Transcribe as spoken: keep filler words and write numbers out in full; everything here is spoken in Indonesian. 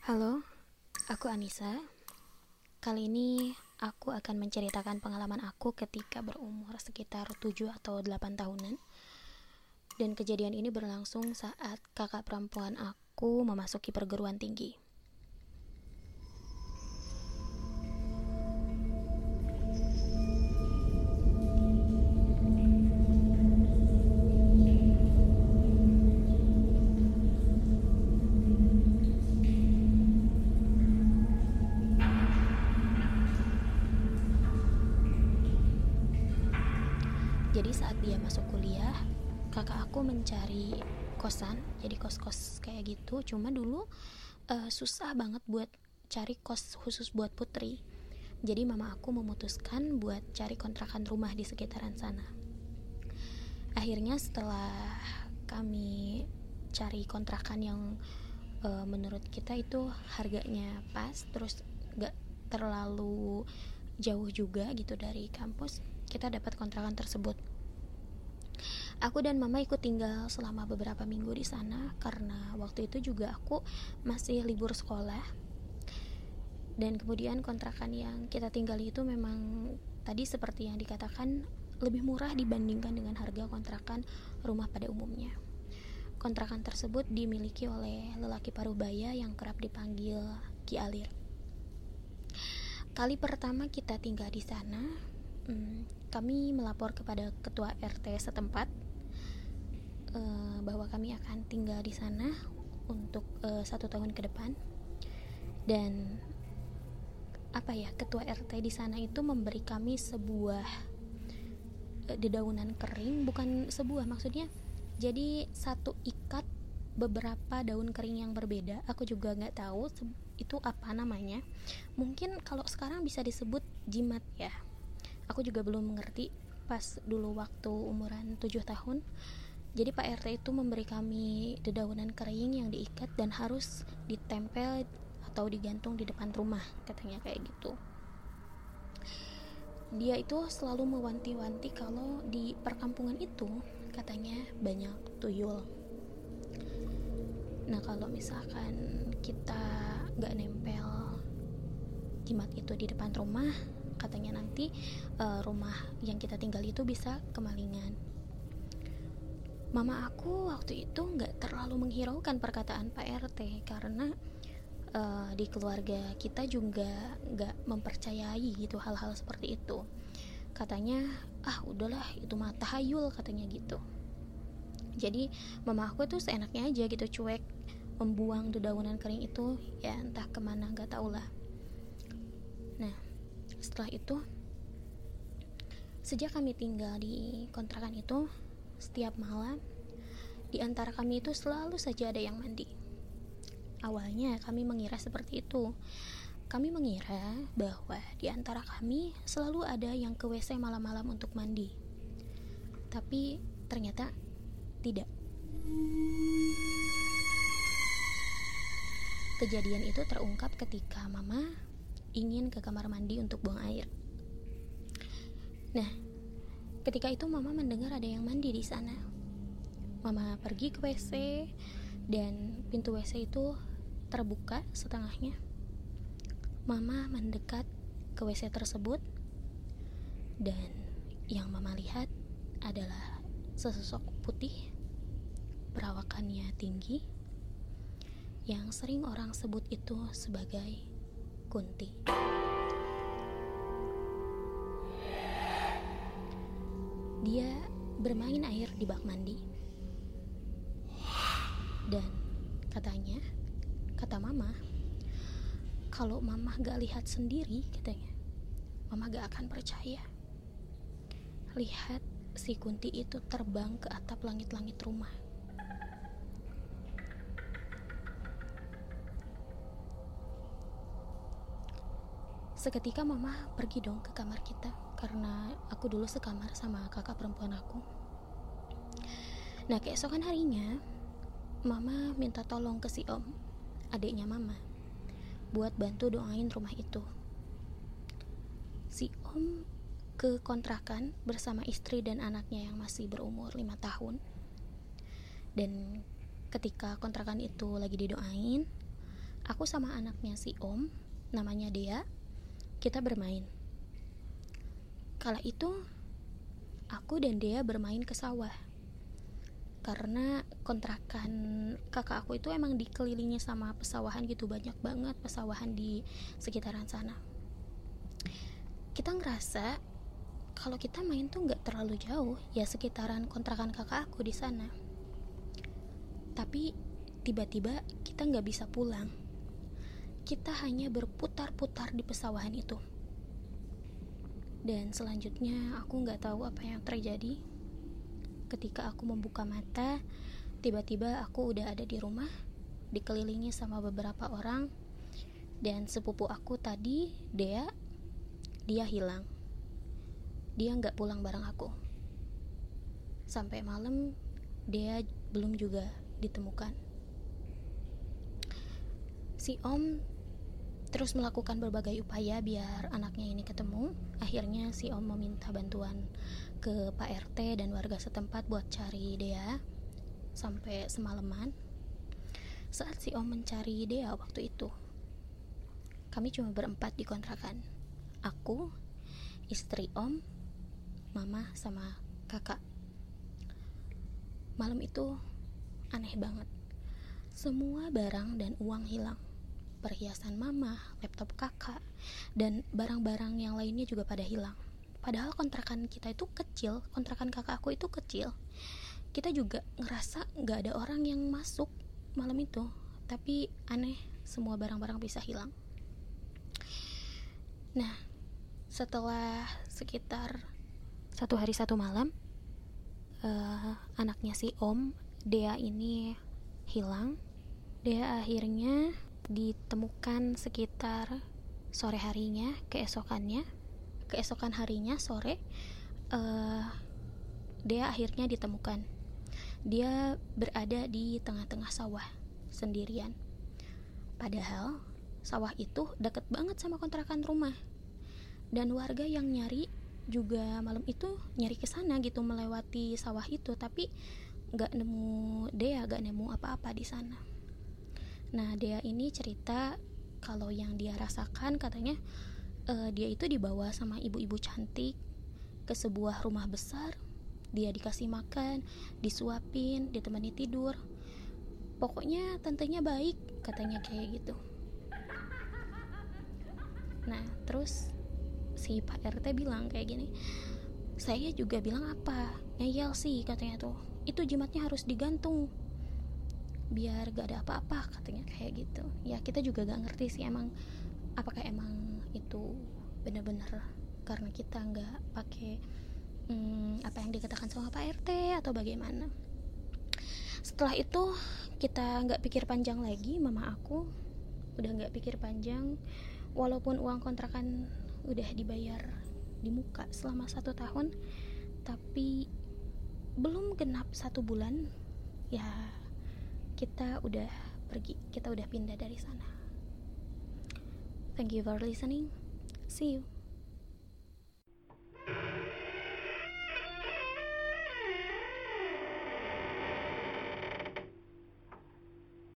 Halo, aku Anissa. Kali ini aku akan menceritakan pengalaman aku ketika berumur sekitar tujuh atau delapan tahunan. Dan kejadian ini berlangsung saat kakak perempuan aku memasuki perguruan tinggi. Jadi saat dia masuk kuliah, kakak aku mencari kosan, jadi kos-kos kayak gitu. Cuma dulu uh, susah banget buat cari kos khusus buat putri. Jadi mama aku memutuskan buat cari kontrakan rumah di sekitaran sana. Akhirnya setelah kami cari kontrakan yang uh, menurut kita itu harganya pas, terus gak terlalu jauh juga gitu dari kampus, kita dapat kontrakan tersebut. Aku dan mama ikut tinggal selama beberapa minggu di sana karena waktu itu juga aku masih libur sekolah. Dan kemudian kontrakan yang kita tinggali itu memang tadi seperti yang dikatakan lebih murah dibandingkan dengan harga kontrakan rumah pada umumnya. Kontrakan tersebut dimiliki oleh lelaki parubaya yang kerap dipanggil Ki Alir. Kali pertama kita tinggal di sana, hmm, kami melapor kepada ketua R T setempat uh, bahwa kami akan tinggal di sana untuk uh, satu tahun ke depan. Dan apa ya, ketua R T di sana itu memberi kami sebuah uh, dedaunan kering, bukan sebuah, maksudnya jadi satu ikat beberapa daun kering yang berbeda. Aku juga nggak tahu itu apa namanya. Mungkin kalau sekarang bisa disebut jimat ya. Aku juga belum mengerti pas dulu waktu umuran tujuh tahun. Jadi Pak R T itu memberi kami dedaunan kering yang diikat dan harus ditempel atau digantung di depan rumah, katanya kayak gitu. Dia itu selalu mewanti-wanti kalau di perkampungan itu katanya banyak tuyul. Nah kalau misalkan kita gak nempel jimat itu di depan rumah, katanya nanti uh, rumah yang kita tinggal itu bisa kemalingan. Mama aku waktu itu gak terlalu menghiraukan perkataan Pak R T karena uh, di keluarga kita juga gak mempercayai gitu hal-hal seperti itu. Katanya, ah udahlah itu mah tahayul, katanya gitu. Jadi mama aku tuh seenaknya aja gitu, cuek membuang dedaunan kering itu, ya entah kemana, gak tau lah. Nah setelah itu, sejak kami tinggal di kontrakan itu, setiap malam di antara kami itu selalu saja ada yang mandi. Awalnya kami mengira seperti itu. Kami mengira bahwa di antara kami selalu ada yang ke W C malam-malam untuk mandi. Tapi ternyata tidak. Kejadian itu terungkap ketika mama ingin ke kamar mandi untuk buang air. Nah, ketika itu mama mendengar ada yang mandi di sana. Mama pergi ke W C dan pintu W C itu terbuka setengahnya. Mama mendekat ke W C tersebut dan yang mama lihat adalah sesosok putih, perawakannya tinggi, yang sering orang sebut itu sebagai Kunti. Dia bermain air di bak mandi. Dan katanya, kata mama, kalau mama gak lihat sendiri, katanya, mama gak akan percaya. Lihat si Kunti itu terbang ke atap langit-langit rumah. Seketika mama pergi dong ke kamar kita, karena aku dulu sekamar sama kakak perempuan aku. Nah keesokan harinya, mama minta tolong ke si om, adiknya mama, buat bantu doain rumah itu. Si om ke kontrakan bersama istri dan anaknya yang masih berumur lima tahun. Dan ketika kontrakan itu lagi didoain, aku sama anaknya si Om, namanya Dea, kita bermain. Kala itu aku dan Dea bermain ke sawah, karena kontrakan kakak aku itu emang dikelilingi sama pesawahan gitu, banyak banget pesawahan di sekitaran sana. Kita ngerasa kalau kita main tuh nggak terlalu jauh, ya sekitaran kontrakan kakak aku di sana. Tapi tiba-tiba kita nggak bisa pulang. Kita hanya berputar-putar di pesawahan itu. Dan selanjutnya aku nggak tahu apa yang terjadi. Ketika aku membuka mata, tiba-tiba aku udah ada di rumah, dikelilingi sama beberapa orang. Dan sepupu aku tadi, Dea, dia hilang. Dia nggak pulang bareng aku. Sampai malam, Dea belum juga ditemukan. Si Om terus melakukan berbagai upaya biar anaknya ini ketemu. Akhirnya si Om meminta bantuan ke Pak R T dan warga setempat buat cari Dea sampai semalaman. Saat si Om mencari Dea waktu itu, kami cuma berempat di kontrakan. Aku, istri Om, mama, sama kakak. Malam itu aneh banget. Semua barang dan uang hilang. Perhiasan mama, laptop kakak, dan barang-barang yang lainnya juga pada hilang. Padahal kontrakan kita itu kecil, kontrakan kakak aku itu kecil. Kita juga ngerasa gak ada orang yang masuk malam itu. Tapi aneh, semua barang-barang bisa hilang. Nah, setelah sekitar satu hari satu malam, uh, anaknya si Om, Dea ini hilang. Dea akhirnya ditemukan sekitar sore harinya, keesokannya, keesokan harinya sore, uh, Dea akhirnya ditemukan. Dia berada di tengah-tengah sawah sendirian. Padahal sawah itu deket banget sama kontrakan rumah. Dan warga yang nyari juga malam itu nyari ke sana gitu, melewati sawah itu, tapi nggak nemu Dea, nggak nemu apa-apa di sana. Nah, Dea ini cerita kalau yang dia rasakan katanya uh, dia itu dibawa sama ibu-ibu cantik ke sebuah rumah besar. Dia dikasih makan, disuapin, ditemani tidur. Pokoknya tantenya baik, katanya kayak gitu. Nah, terus si Pak R T bilang kayak gini, saya juga bilang apa, ngeyel sih katanya tuh, itu jimatnya harus digantung biar gak ada apa-apa, katanya kayak gitu. Ya kita juga gak ngerti sih emang apakah emang itu benar-benar karena kita gak pakai hmm, apa yang dikatakan sama Pak R T atau bagaimana. Setelah itu kita gak pikir panjang lagi, mama aku udah gak pikir panjang. Walaupun uang kontrakan udah dibayar di muka selama satu tahun, tapi belum genap satu bulan ya kita udah pergi, kita udah pindah dari sana. Thank you for listening. See you.